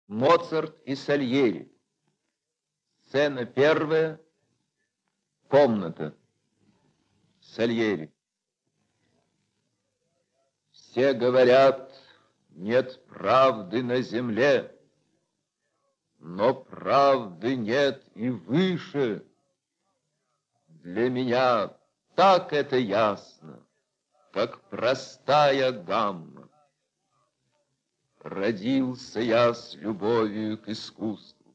Моцарт и Сальери. Сцена первая. Комната. Сальери. Все говорят, нет правды на земле, но правды нет и выше. Для меня так это ясно, как простая гамма. Родился я с любовью к искусству.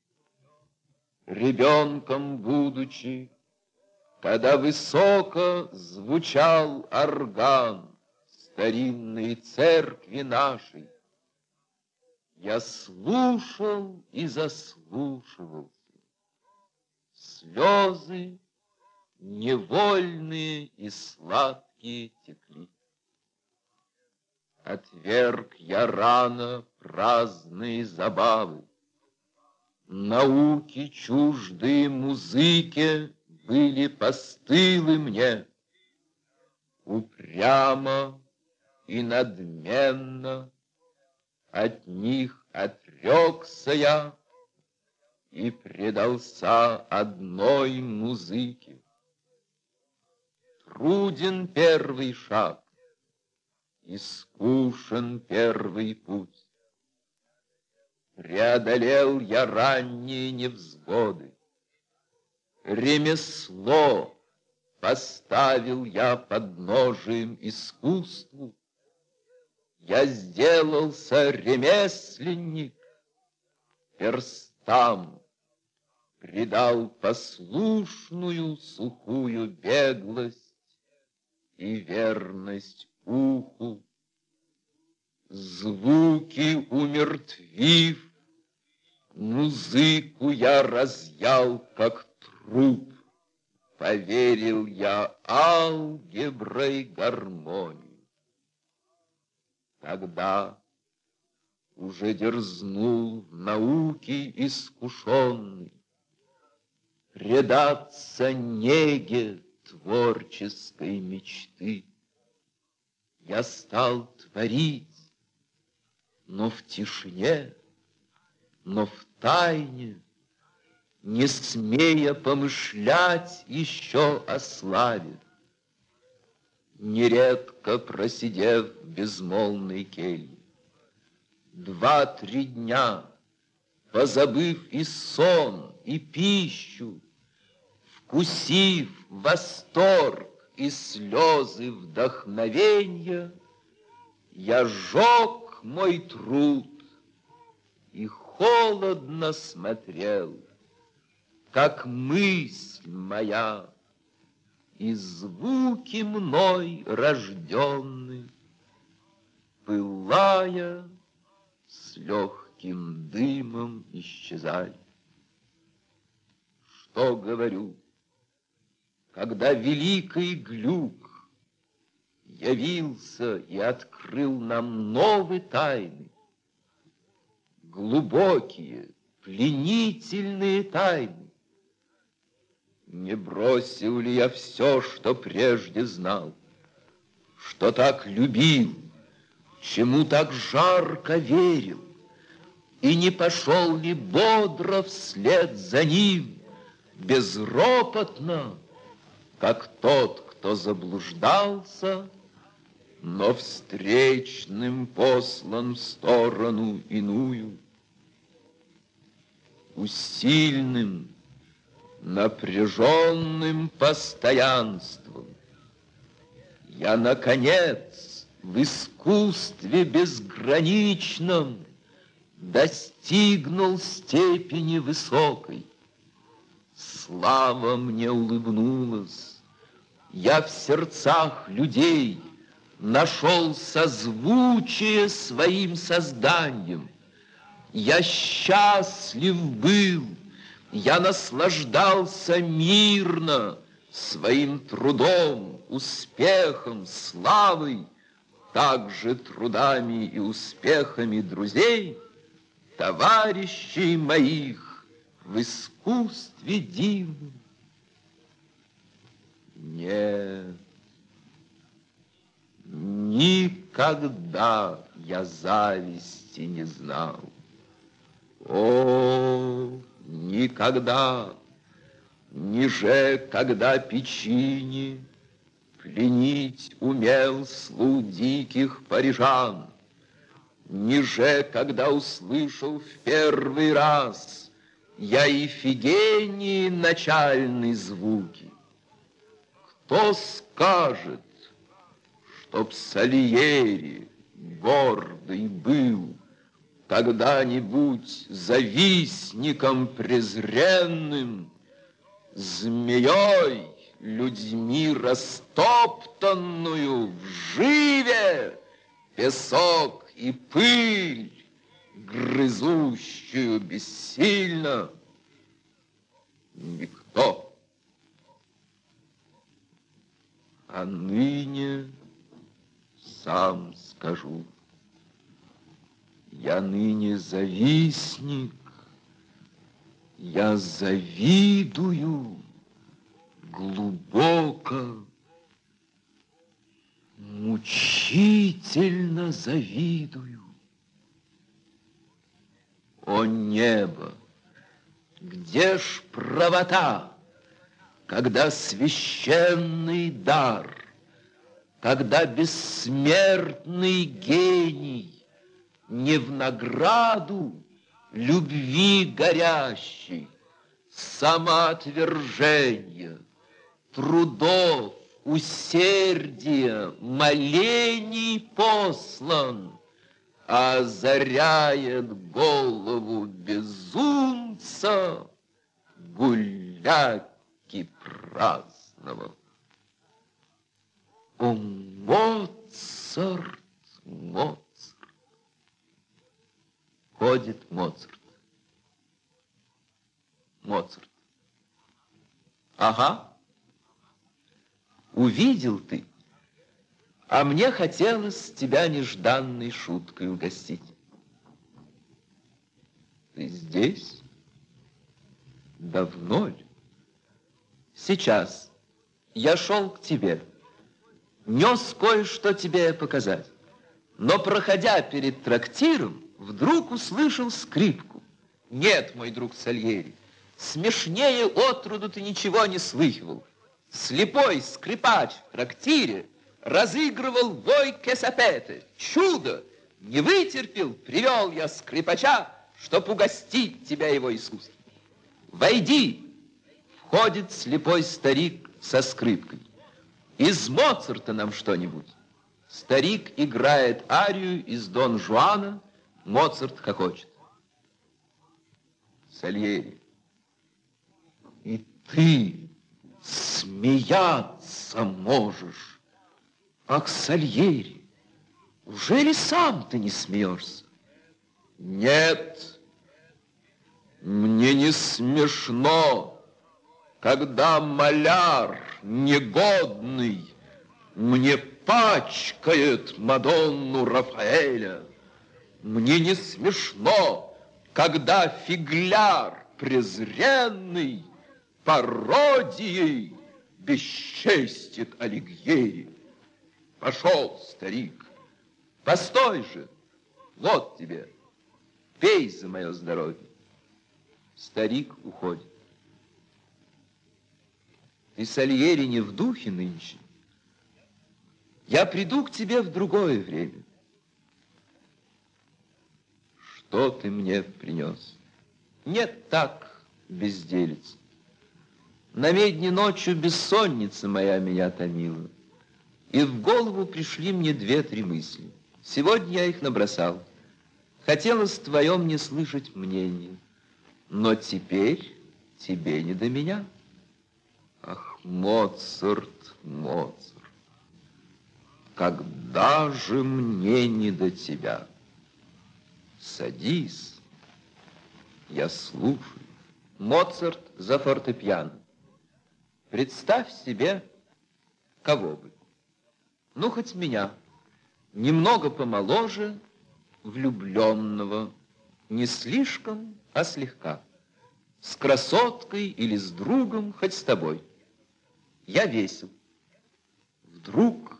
Ребенком будучи, когда высоко звучал орган старинной церкви нашей, я слушал и заслушивался. Слезы невольные и сладкие текли. Отверг я рано праздные забавы. Науки чуждые музыке были постылы мне. Упрямо и надменно от них отрекся я и предался одной музыке. Труден первый шаг, и скучен первый путь. Преодолел я ранние невзгоды. Ремесло поставил я подножием искусству. Я сделался ремесленник, перстам придал послушную сухую беглость и верность уху. Звуки умертвив, музыку я разъял, как труп. Поверил я алгеброй гармонии. Тогда уже дерзнул в науке искушенный предаться неге творческой мечты. Я стал творить, но в тишине, но в тайне, не смея помышлять еще о славе. Нередко просидев в безмолвной келье, 2-3 дня, позабыв и сон, и пищу, вкусив восторг и слезы вдохновенья, я сжег мой труд и холодно смотрел, как мысль моя и звуки мной рожденные, пылая, с легким дымом исчезали. Что говорю, когда великий Глюк явился и открыл нам новые тайны, глубокие, пленительные тайны. Не бросил ли я все, что прежде знал, что так любил, чему так жарко верил, и не пошел ли бодро вслед за ним, безропотно, как тот, кто заблуждался, но встречным послан в сторону иную, усильным, напряженным постоянством. Я, наконец, в искусстве безграничном достигнул степени высокой. Слава мне улыбнулась. Я в сердцах людей нашел созвучие своим созданием. Я счастлив был, я наслаждался мирно своим трудом, успехом, славой, также трудами и успехами друзей, товарищей моих в искусстве дивном. Нет, никогда я зависти не знал. О, никогда, ниже, когда печини пленить умел слух диких парижан, ниже, когда услышал в первый раз я Ифигении начальные звуки. Кто скажет, чтоб Сальери гордый был когда-нибудь завистником презренным, змеей людьми растоптанную в живе, песок и пыль, грызущую бессильно? Никто. А ныне сам скажу, я ныне завистник, я завидую глубоко, мучительно завидую. О небо, где ж правота, когда священный дар, когда бессмертный гений не в награду любви горящей, самоотвержения, трудов, усердия, молений послан, а озаряет голову безумца гуляки праздного. О, Моцарт, Моцарт! Ходит Моцарт. Моцарт. Ага. Увидел ты, а мне хотелось тебя нежданной шуткой угостить. Ты здесь? Давно ли? Сейчас. Я шел к тебе. Нес кое-что тебе показать. Но, проходя перед трактиром, вдруг услышал скрипку. Нет, мой друг Сальери, смешнее отроду ты ничего не слыхивал. Слепой скрипач в трактире разыгрывал вой кесапете. Чудо! Не вытерпел, привел я скрипача, чтоб угостить тебя его искусством. Войди! Входит слепой старик со скрипкой. Из Моцарта нам что-нибудь. Старик играет арию из Дон Жуана, Моцарт хохочет. Сальери, и ты смеяться можешь. Ах, Сальери, ужели сам ты не смеешься? Нет, мне не смешно, когда маляр негодный мне пачкает Мадонну Рафаэля. Мне не смешно, когда фигляр презренный пародией бесчестит Алигьери. Пошел, старик, постой же, вот тебе, пей за мое здоровье. Старик уходит. Ты, Сальери, не в духе нынче. Я приду к тебе в другое время. Что ты мне принес? Нет, так, безделица. На медне ночью бессонница моя меня томила, и в голову пришли мне 2-3 мысли. Сегодня я их набросал. Хотелось твоем не слышать мнения, но теперь тебе не до меня. Ах, Моцарт, Моцарт, когда же мне не до тебя? Садись, я слушаю. Моцарт за фортепиано. Представь себе, кого бы. Ну, хоть меня, немного помоложе, влюбленного, не слишком, а слегка. С красоткой или с другом, хоть с тобой. Я весел. Вдруг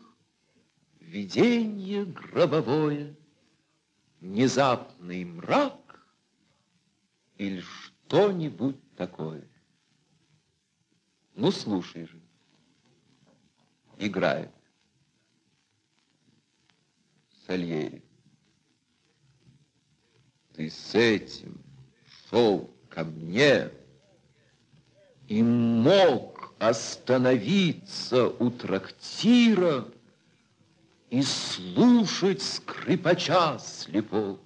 видение гробовое, внезапный мрак, или что-нибудь такое. Ну, слушай же. Играет. Сальери. Ты с этим шел ко мне и мог остановиться у трактира и слушать скрипача слепого.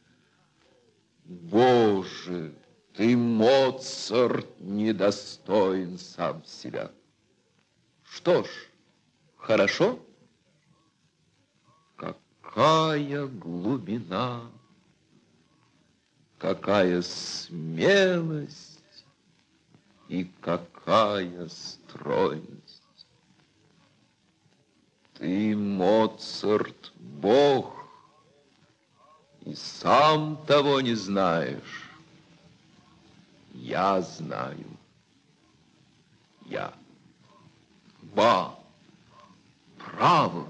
Боже, ты, Моцарт, недостоин сам себя. Что ж, хорошо? Какая глубина, какая смелость и какая стройность. Ты, Моцарт, Бог, и сам того не знаешь. Я знаю. Я. Ба, право,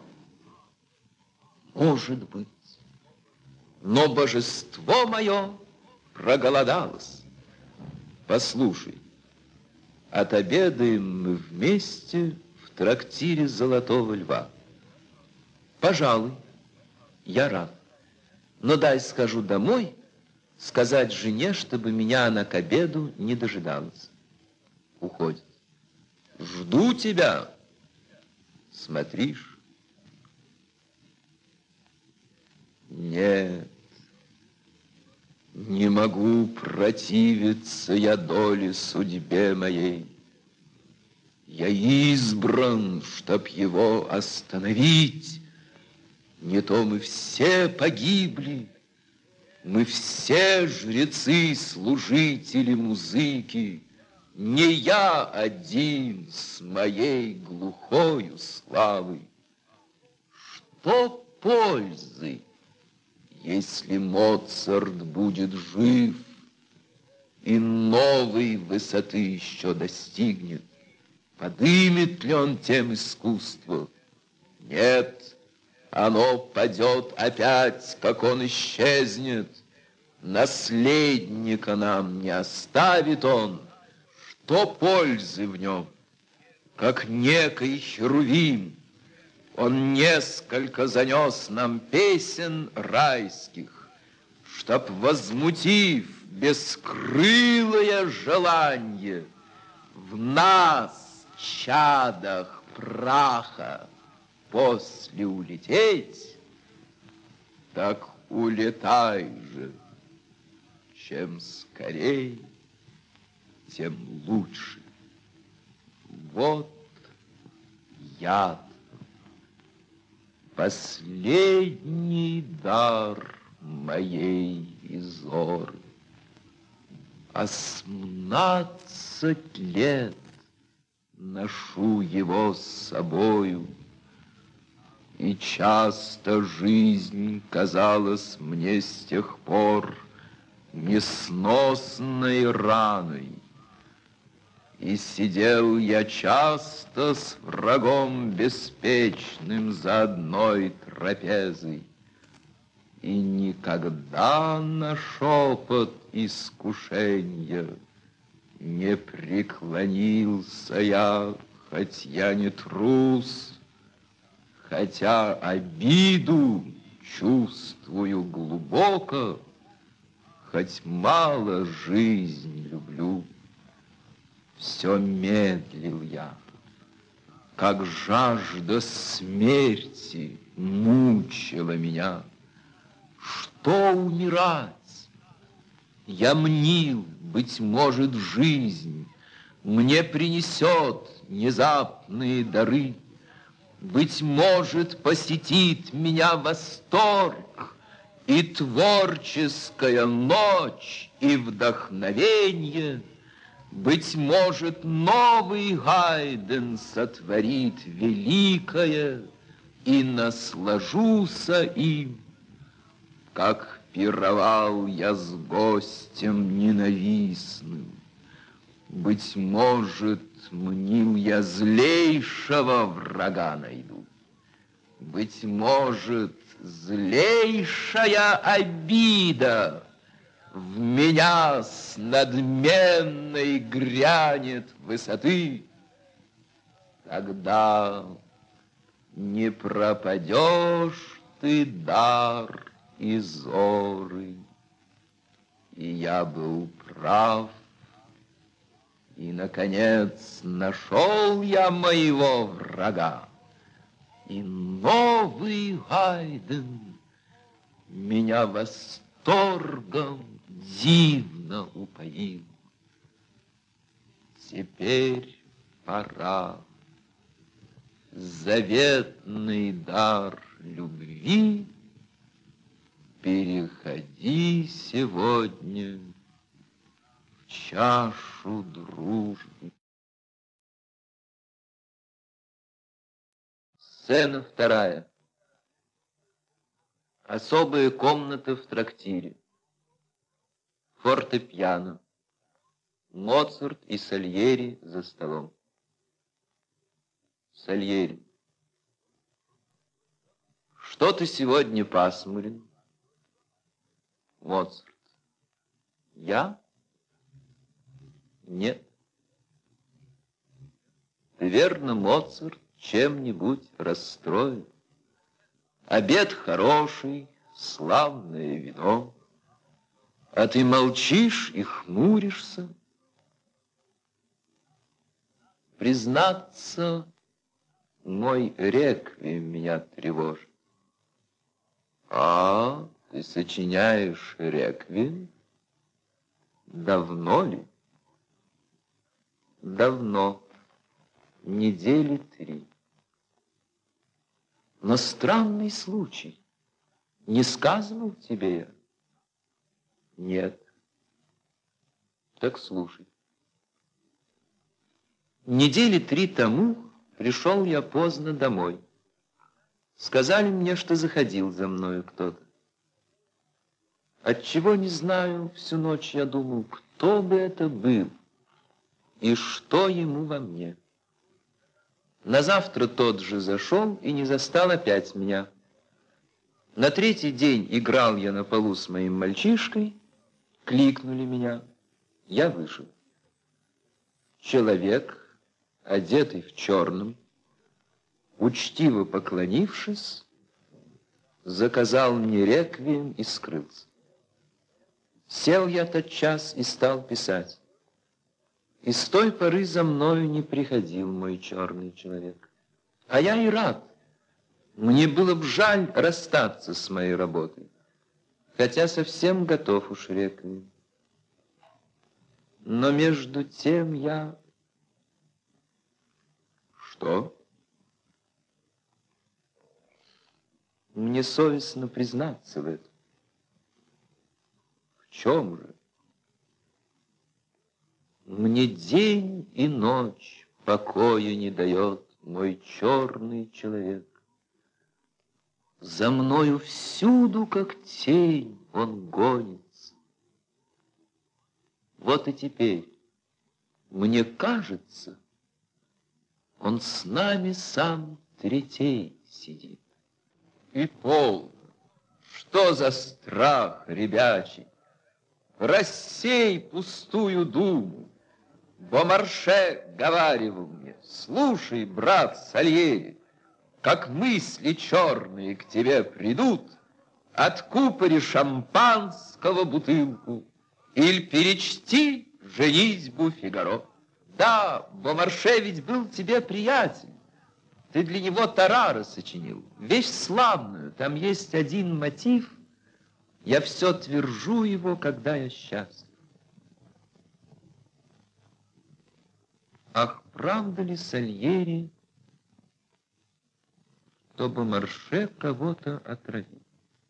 может быть. Но божество мое проголодалось. Послушай, отобедаем мы вместе в трактире «Золотого льва». Пожалуй, я рад. Но дай схожу домой, сказать жене, чтобы меня она к обеду не дожидалась. Уходит. Жду тебя. Смотришь? Нет, не могу противиться я доле судьбе моей. Я избран, чтоб его остановить. Не то мы все погибли, мы все жрецы, служители, музыки. Не я один с моей глухою славой. Что пользы, если Моцарт будет жив и новой высоты еще достигнет? Подымет ли он тем искусство? Нет, оно падет опять, как он исчезнет. Наследника нам не оставит он. Что пользы в нем? Как некий херувим, он несколько занес нам песен райских, чтоб, возмутив бескрылое желание, в нас, чадах праха, после улететь, так улетай же, чем скорей, тем лучше. Вот яд, последний дар моей Изоры. 18 лет ношу его с собою, и часто жизнь казалась мне с тех пор несносной раной. И сидел я часто с врагом беспечным за одной трапезой, и никогда на шепот искушенья не преклонился я, хоть я не трус, хотя обиду чувствую глубоко, хоть мало жизнь люблю. Все медлил я, как жажда смерти мучила меня. Что умирать? Я мнил, быть может, жизнь мне принесет внезапные дары. Быть может, посетит меня восторг, и творческая ночь, и вдохновенье. Быть может, новый Гайден сотворит великое, и наслажуся им, как пировал я с гостем ненавистным. Быть может, мнил я злейшего врага найду. Быть может, злейшая обида в меня с надменной грянет высоты, тогда не пропадешь ты, дар и зоры. И я был прав, и, наконец, нашел я моего врага. И новый Гайден меня восторгом дивно упоил. Теперь пора заветный дар любви переходи сегодня в чашу дружбы. Сцена вторая. Особая комната в трактире. Фортепиано. Моцарт и Сальери за столом. Сальери. Что ты сегодня пасмурен? Моцарт. Я? Нет. Ты, верно, Моцарт, чем-нибудь расстроен. Обед хороший, славное вино, а ты молчишь и хмуришься. Признаться, мой реквием меня тревожит. А, ты сочиняешь реквием? Давно ли? Давно. Недели 3. Но странный случай. Не сказывал тебе я? Нет. Так слушай. Недели 3 тому пришел я поздно домой. Сказали мне, что заходил за мною кто-то. Отчего не знаю, всю ночь я думал, кто бы это был и что ему во мне. На завтра тот же зашел и не застал опять меня. На 3-й день играл я на полу с моим мальчишкой, кликнули меня, я вышел. Человек, одетый в черном, учтиво поклонившись, заказал мне реквием и скрылся. Сел я тотчас и стал писать. И с той поры за мною не приходил мой черный человек. А я и рад. Мне было б жаль расстаться с моей работой, хотя совсем готов уж реквием. Но между тем я... Что? Мне совестно признаться в этом. В чем же? Мне день и ночь покоя не дает мой черный человек. За мною всюду, как тень, он гонится. Вот и теперь, мне кажется, он с нами сам третей сидит. И полно, что за страх ребячий? Рассей пустую думу. Бомарше говаривал мне: слушай, брат Сальери, как мысли черные к тебе придут, откупори шампанского бутылку или перечти «Женитьбу Фигаро». Да, Бомарше ведь был тебе приятель. Ты для него Тарара сочинил, вещь славную. Там есть один мотив. Я все твержу его, когда я счастлив. Ах, правда ли, Сальери, что Бомарше кого-то отравил?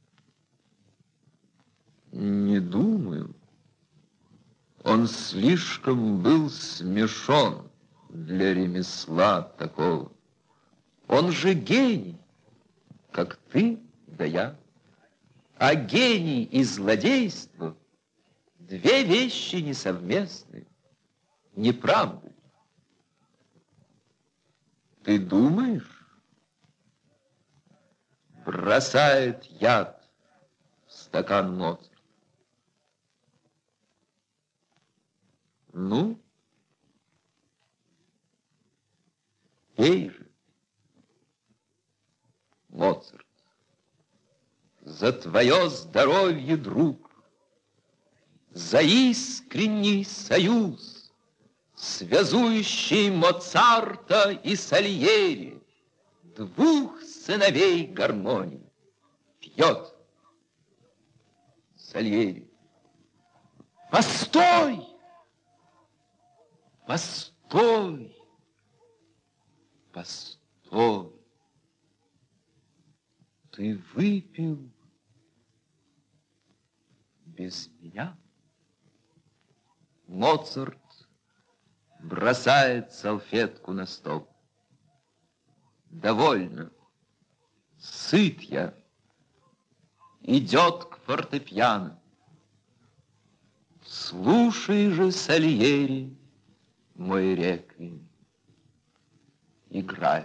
Не думаю. Он слишком был смешон для ремесла такого. Он же гений, как ты да я. А гений и злодейство — две вещи несовместные. Не правда ли? Ты думаешь? Бросает яд в стакан Моцарт. Ну, пей же, Моцарт, за твое здоровье, друг, за искренний союз, связующий Моцарта и Сальери, двух сыновей гармонии. Пьет Сальери. Постой! Постой! Постой! Ты выпил без меня? Моцарт бросает салфетку на стол. Довольно, сыт я. Идет к фортепиано. Слушай же, Сальери, мой реквием. Играет.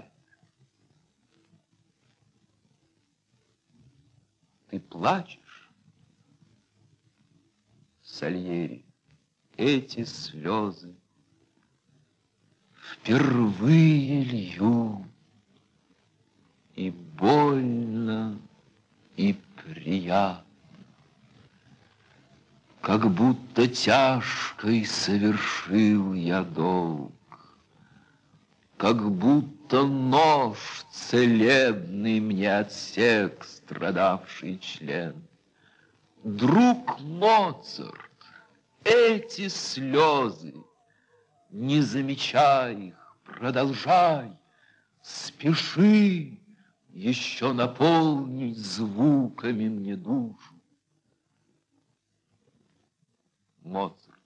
Ты плачешь, Сальери, эти слезы впервые лью, и больно, и приятно, как будто тяжкой совершил я долг, как будто нож целебный мне отсек страдавший член. Друг Моцарт, эти слезы, не замечай их, продолжай, спеши еще наполнить звуками мне душу. Моцарт,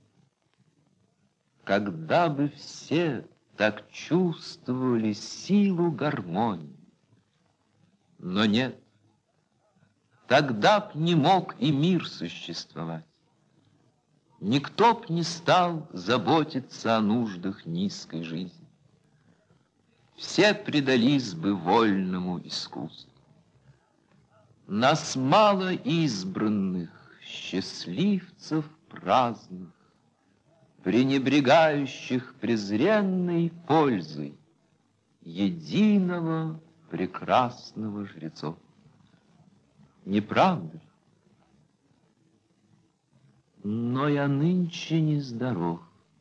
когда бы все так чувствовали силу гармонии, но нет, тогда б не мог и мир существовать. Никто б не стал заботиться о нуждах низкой жизни. Все предались бы вольному искусству. Нас мало избранных, счастливцев праздных, пренебрегающих презренной пользой единого прекрасного жрецов. Не правда ли? Но я нынче нездоров.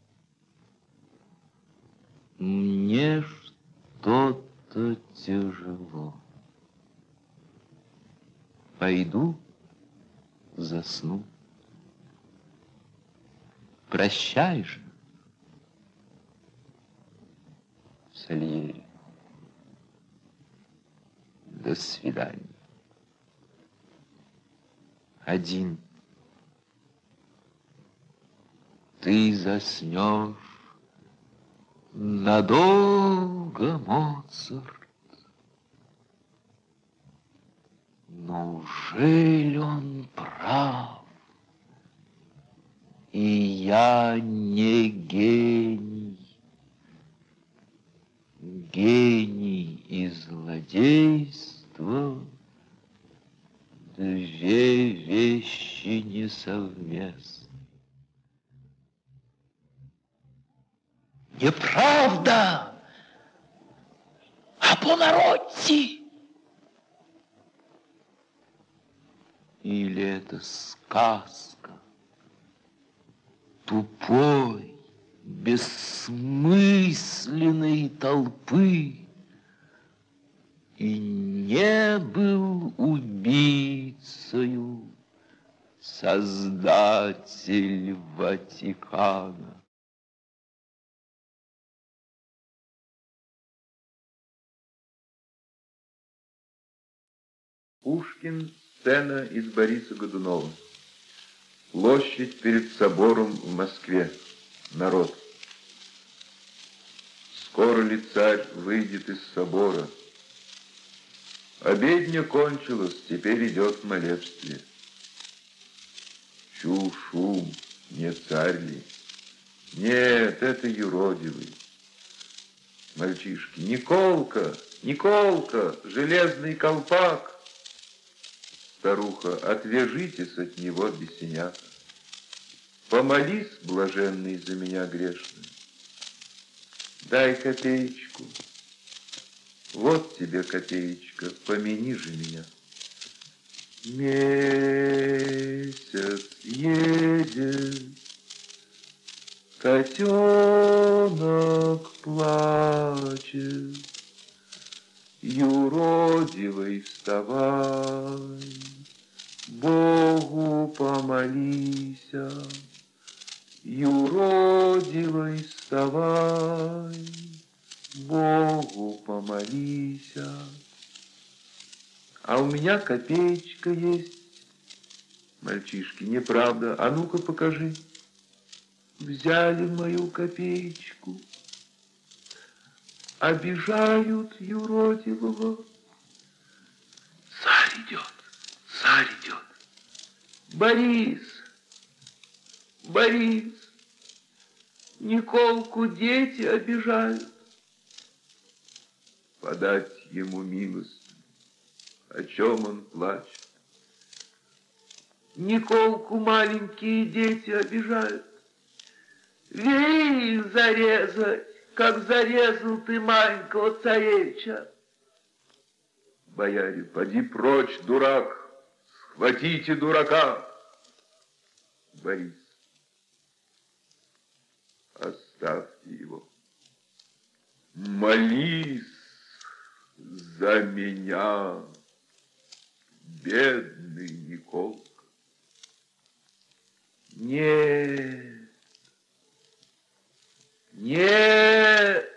Мне что-то тяжело. Пойду засну. Прощай же, Сальери. До свидания. Один. Ты заснешь надолго, Моцарт. Но ужели он прав? И я не гений. Гений и злодейство — две вещи несовместны. Неправда! А Бонаротти! Или это сказка тупой, бессмысленной толпы, и не был убийцею создатель Ватикана. Пушкин. Сцена из Бориса Годунова. Площадь перед собором в Москве. Народ. Скоро ли царь выйдет из собора? Обедня кончилась, теперь идет молебствие. Шум, не царь ли? Нет, это юродивый. Мальчишки, Николка, Николка, железный колпак. Старуха, отвяжитесь от него, бесенята. Помолись, блаженный, за меня грешную. Дай копеечку. Вот тебе копеечка, помяни же меня. Месяц едет, котенок плачет, юродивый, вставай, Богу помолися, юродивый, вставай, Богу помолися. А у меня копеечка есть. Мальчишки, неправда. А ну-ка покажи. Взяли мою копеечку. Обижают юродивого. Царь идет, царь идет. Борис, Борис, Николку дети обижают. Подать ему милость. О чем он плачет? Николку маленькие дети обижают. Вели их зарезать, как зарезал ты маленького царевича. Бояре, поди прочь, дурак, схватите дурака. Борис, оставьте его. Молись за меня, бедный Николка. Нет, нет,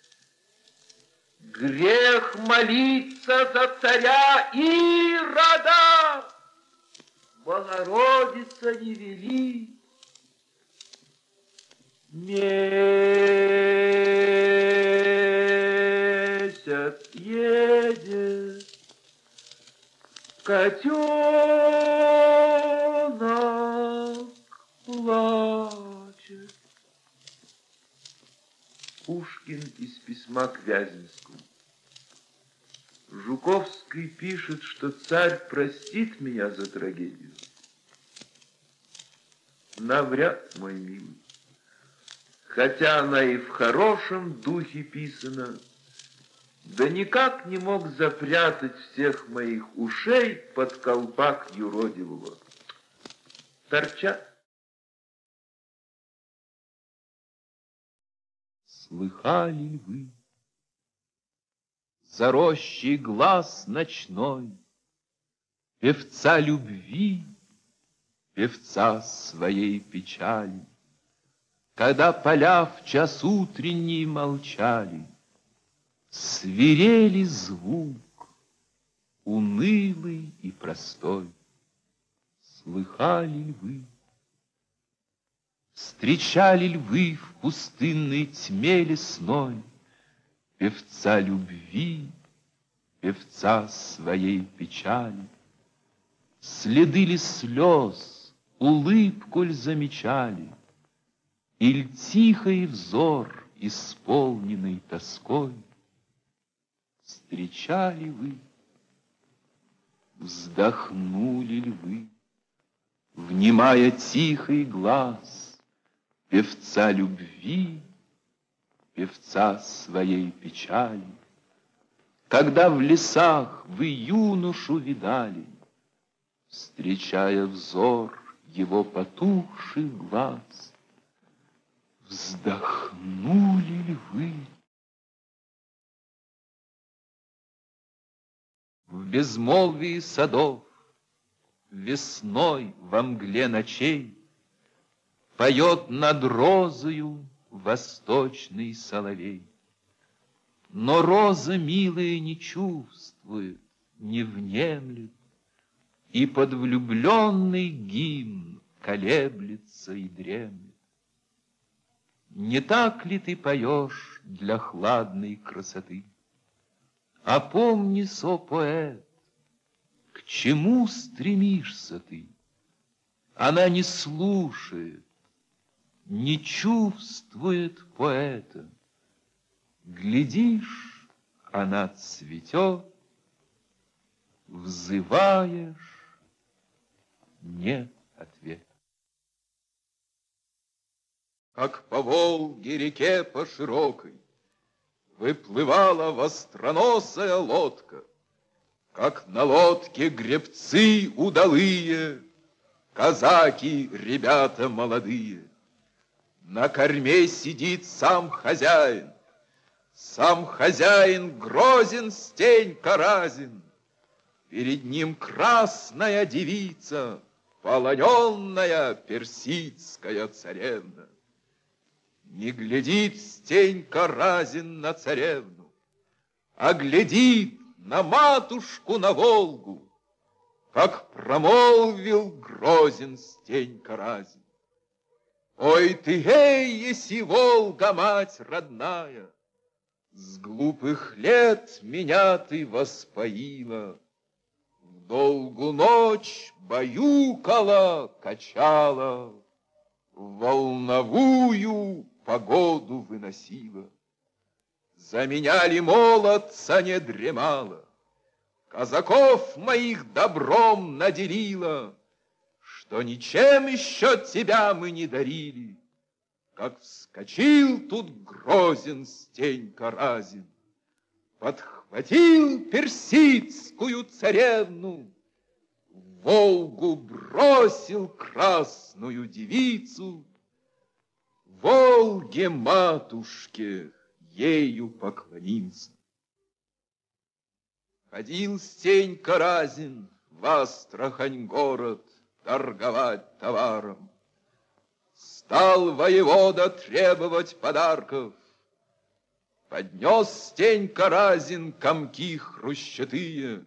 грех молиться за царя Ирода. Богородица не вели. Месяц едет, котенок плачет. Пушкин из письма к Вяземскому. Жуковский пишет, что царь простит меня за трагедию. Навряд, мой милый. Хотя она и в хорошем духе писана, да никак не мог запрятать всех моих ушей под колпак юродивого. Торчат. Слыхали ли вы за рощей глаз ночной певца любви, певца своей печали? Когда поля в час утренний молчали, свирели звук, унылый и простой. Слыхали ли вы? Встречали ли вы в пустынной тьме лесной певца любви, певца своей печали? Следы ли слез, улыбку ль замечали? Иль тихий взор, исполненный тоской? Встречали вы, вздохнули ли вы, внимая тихий глаз певца любви, певца своей печали? Когда в лесах вы юношу видали, встречая взор его потухших глаз, вздохнули ли вы? В безмолвии садов, весной во мгле ночей поет над розою восточный соловей. Но роза милая не чувствует, не внемлет, и под влюбленный гимн колеблется и дремлет. Не так ли ты поешь для хладной красоты? Опомнись, о поэт, к чему стремишься ты? Она не слушает, не чувствует поэта. Глядишь, она цветет, взываешь, нет ответа. как по Волге реке по широкой выплывала востроносая лодка, как на лодке гребцы удалые, казаки, ребята молодые. На корме сидит сам хозяин грозен, Стенька Разин. Перед ним красная девица, полоненная персидская царевна. Не глядит Стенька Разин на царевну, а глядит на матушку, на Волгу, как промолвил грозен Стенька Разин. Ой ты, еси, Волга, мать родная, с глупых лет меня ты воспоила, в долгу ночь баюкала, качала, в волновую погоду выносила. За меня ли молодца не дремала, казаков моих добром наделила, что ничем еще тебя мы не дарили, как вскочил тут грозен Стенька Разин, подхватил персидскую царевну, в Волгу бросил красную девицу, Волге матушке ею поклонился. Ходил Стенька Разин в Астрахань город торговать товаром. Стал воевода требовать подарков. Поднес Стенька Разин комки хрущатые,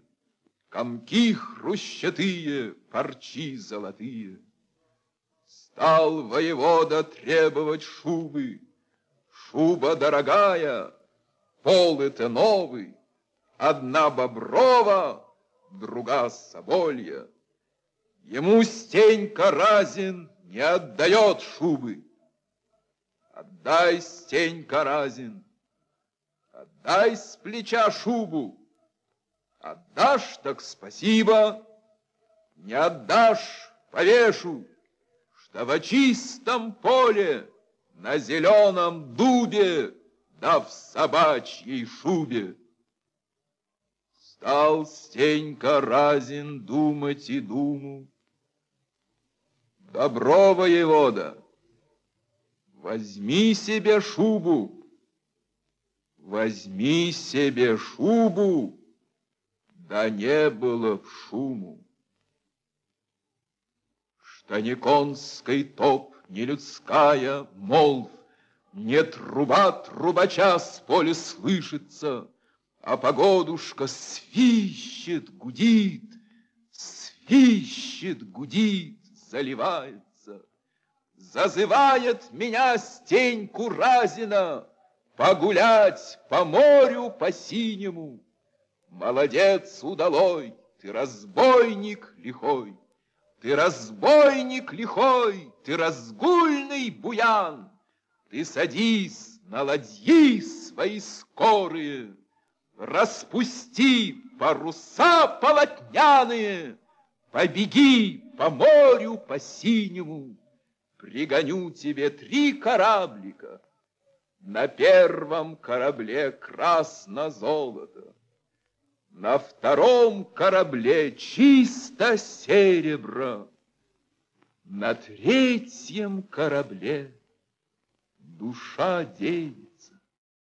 парчи золотые. Стал воевода требовать шубы. Шуба дорогая, полы-то новый, одна боброва, друга соболья. Ему Стенька Разин не отдает шубы. Отдай, Стенька Разин, отдай с плеча шубу. Отдашь, так спасибо, не отдашь, повешу, что в чистом поле, на зеленом дубе, да в собачьей шубе. Стал Стенька Разин думать и думу. Добро, воевода, возьми себе шубу, возьми себе шубу, да не было б шуму. Что ни конской топ, ни людская молв, не труба трубача с поля слышится, а погодушка свищет, гудит, заливается. Зазывает меня Стеньку Разина погулять по морю по синему. Молодец удалой, ты разбойник лихой, ты разбойник лихой, ты разгульный буян. Ты садись на ладьи свои скорые, распусти паруса полотняные, побеги по морю по синему. Пригоню тебе 3 кораблика, на первом корабле красно-золото, на втором корабле чисто серебро, на третьем корабле душа девица.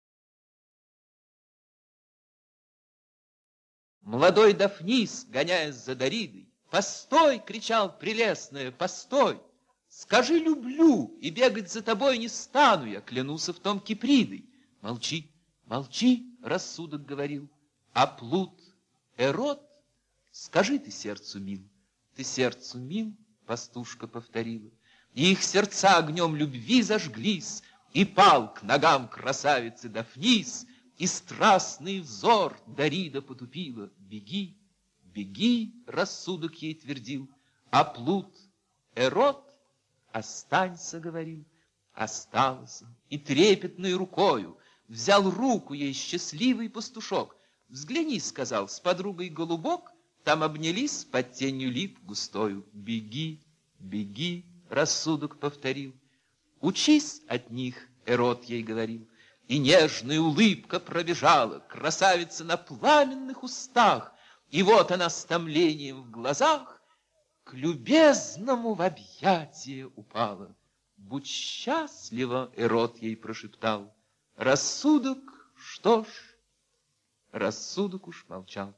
Молодой Дафнис, гоняясь за Даридой, «Постой!» — кричал прелестная, «постой! Скажи, люблю, и бегать за тобой не стану я, клянуся в том Кипридой». «Молчи, молчи!» — рассудок говорил. А плут Эрот, скажи, ты сердцу мил, ты сердцу мил, пастушка повторила. И их сердца огнем любви зажглись, и пал к ногам красавицы Дафнис, и страстный взор Дарида потупила. «Беги, беги!» — рассудок ей твердил. А плут Эрот, останься, говорил. Остался, и трепетной рукою взял руку ей счастливый пастушок. «Взгляни, — сказал, — с подругой голубок, там обнялись под тенью лип густою». «Беги, беги!» — рассудок повторил. Учись от них, Ирод ей говорил, и нежная улыбка пробежала, красавица на пламенных устах, и вот она с томлением в глазах к любезному в объятие упала. Будь счастлива, Ирод ей прошептал. Рассудок, что ж, рассудок уж молчал.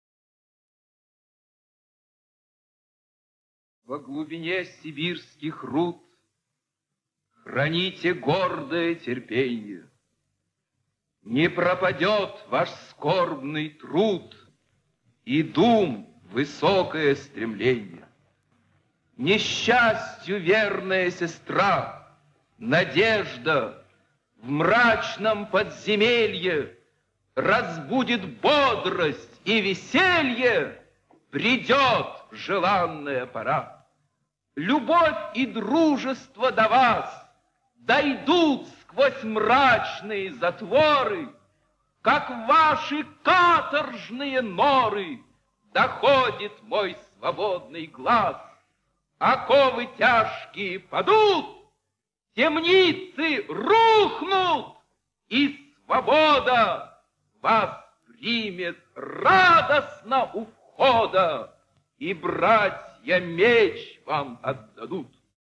Во глубине сибирских руд храните гордое терпенье. Не пропадет ваш скорбный труд и дум высокое стремление. Несчастью верная сестра, надежда в мрачном подземелье разбудит бодрость и веселье, придет желанная пора. Любовь и дружество до вас дойдут сквозь мрачные затворы, как ваши каторжные норы доходит мой свободный глаз. Оковы тяжкие падут, темницы рухнут, и свобода вас примет радостно у входа, и братья меч вам отдадут.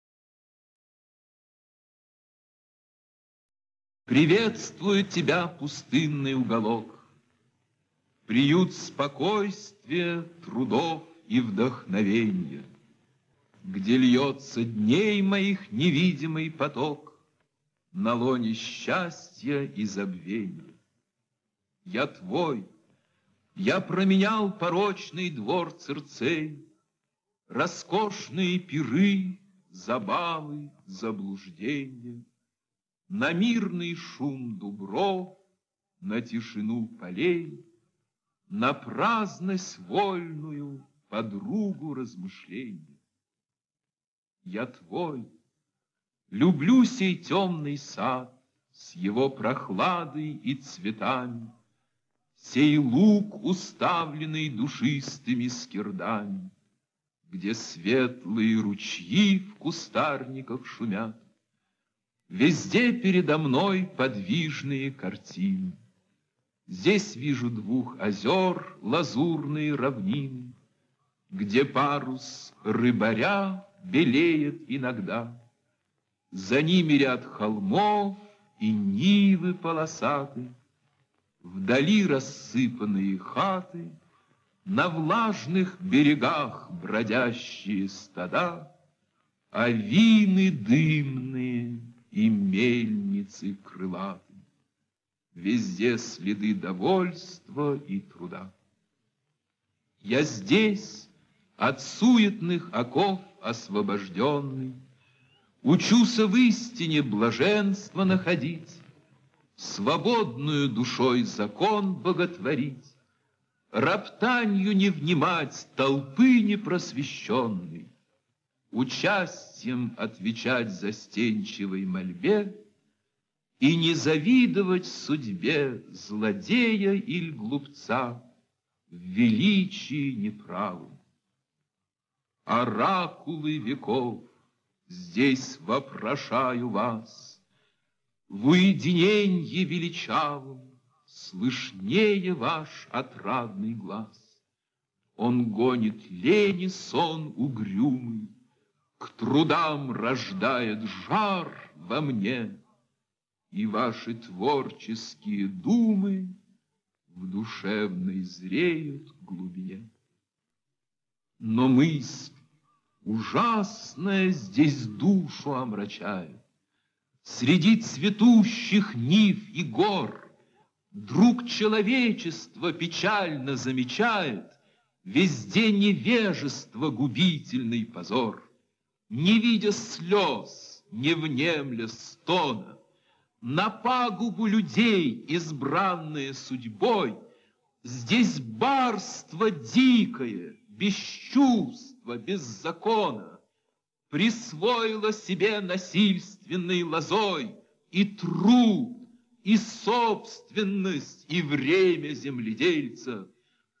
Приветствует тебя пустынный уголок, приют спокойствия, трудов и вдохновения, где льется дней моих невидимый поток на лоне счастья и забвения. Я твой, я променял порочный двор Цирцей, роскошные пиры, забавы, заблуждения, на мирный шум дубров, на тишину полей, на праздность вольную, подругу размышлений. Я твой, люблю сей темный сад с его прохладой и цветами, сей луг, уставленный душистыми скирдами, где светлые ручьи в кустарниках шумят. Везде передо мной подвижные картины. Здесь вижу двух озер лазурные равнины, где парус рыбаря белеет иногда. За ними ряд холмов и нивы полосаты, вдали рассыпанные хаты, на влажных берегах бродящие стада, авины дымные и мельницы крылатые. Везде следы довольства и труда. Я здесь, от суетных оков освобожденный, учуся в истине блаженство находить, свободную душой закон боготворить, роптанью не внимать толпы непросвещенной, участием отвечать застенчивой мольбе и не завидовать судьбе злодея или глупца в величии неправым. Оракулы веков, здесь вопрошаю вас, в уединенье величавом слышнее ваш отрадный глаз. Он гонит лени сон угрюмый, к трудам рождает жар во мне, и ваши творческие думы в душевной зреют глубине. Но мысль ужасная здесь душу омрачает. Среди цветущих нив и гор друг человечества печально замечает везде невежество, губительный позор. Не видя слез, не внемля стона, на пагубу людей, избранные судьбой, здесь барство дикое, без чувства, без закона, присвоило себе насильственной лозой и труд, и собственность, и время земледельца,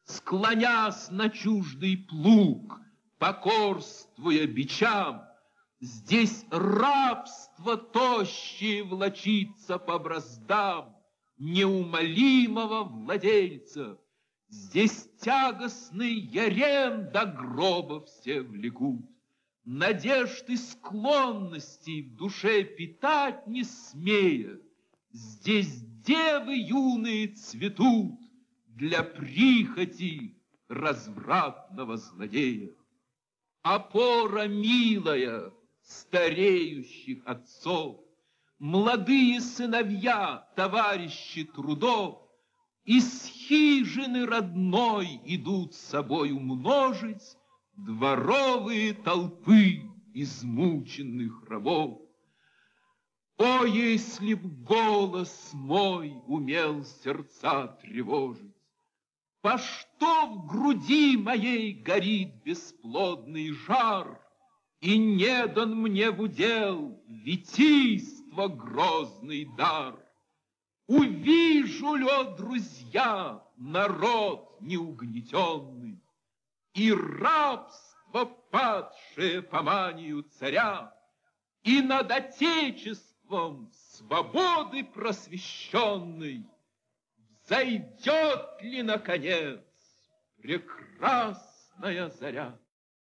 склонясь на чуждый плуг, покорствуя бичам, Здесь рабство тощее влачится по браздам неумолимого владельца. Здесь тягостный ярем до гроба все влекут. Надежд и склонностей в душе питать не смея, здесь девы юные цветут для прихоти развратного злодея. Опора милая стареющих отцов, молодые сыновья, товарищи трудов, из хижины родной идут с собой умножить дворовые толпы измученных рабов. О, если б голос мой умел сердца тревожить! По что в груди моей горит бесплодный жар, и не дан мне в удел витийства грозный дар? Увижу ли, о, друзья, народ неугнетенный, и рабство, падшее по манию царя, и над Отечеством свободы просвещенной взойдет ли, наконец, прекрасная заря?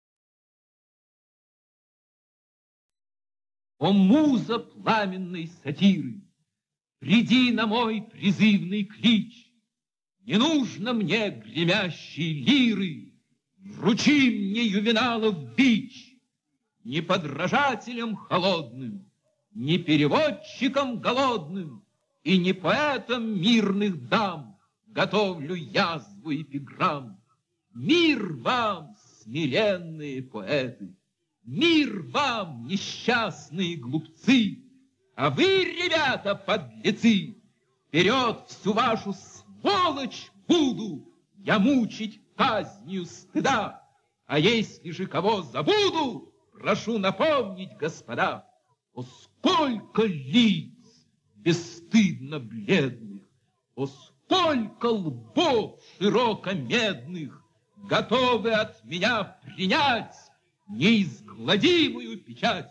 О, муза пламенной сатиры, приди на мой призывный клич, не нужно мне гремящей лиры, вручи мне Ювеналов бич. Ни подражателям холодным, ни переводчикам голодным и не поэтам мирных дам готовлю язву эпиграмм. Мир вам, смиренные поэты, мир вам, несчастные глупцы, а вы, ребята, подлецы, вперед всю вашу сволочь буду я мучить казнью стыда, а если же кого забуду, прошу напомнить, господа, о, сколько лиц бесстыдно бледных, о, сколько лбов широко медных готовы от меня принять неизгладимую печать.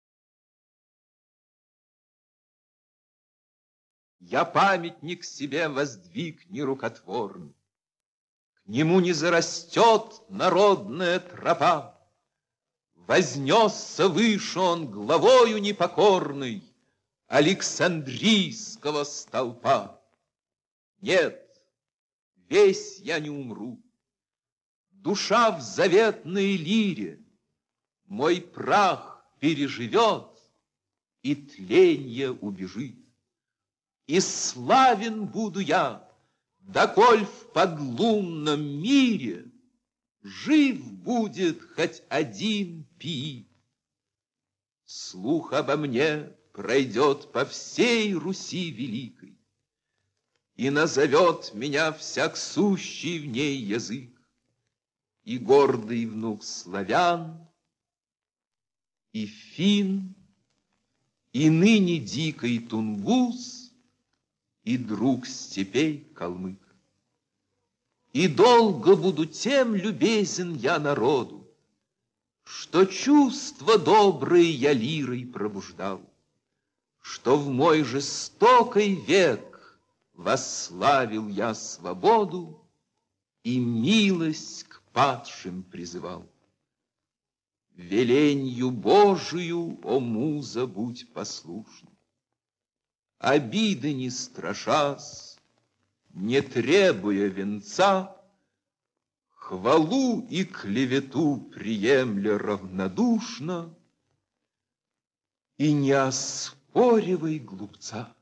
Я памятник себе воздвиг нерукотворный, к нему не зарастет народная тропа. Вознесся выше он главою непокорной Александрийского столпа. Нет, весь я не умру. Душа в заветной лире мой прах переживет и тленье убежит. И славен буду я, доколь в подлунном мире жив будет хоть один пи. Слух обо мне пройдет по всей Руси великой, и назовет меня всяк сущий в ней язык, и гордый внук славян, и фин, и ныне дикий тунгус, и друг степей калмык. И долго буду тем любезен я народу, что чувства добрые я лирой пробуждал, что в мой жестокий век восславил я свободу и милость к падшим призывал. Веленью Божию, о муза, будь послушна, обиды не страшась, не требуя венца, хвалу и клевету приемля равнодушно, и не оспоривай глупца.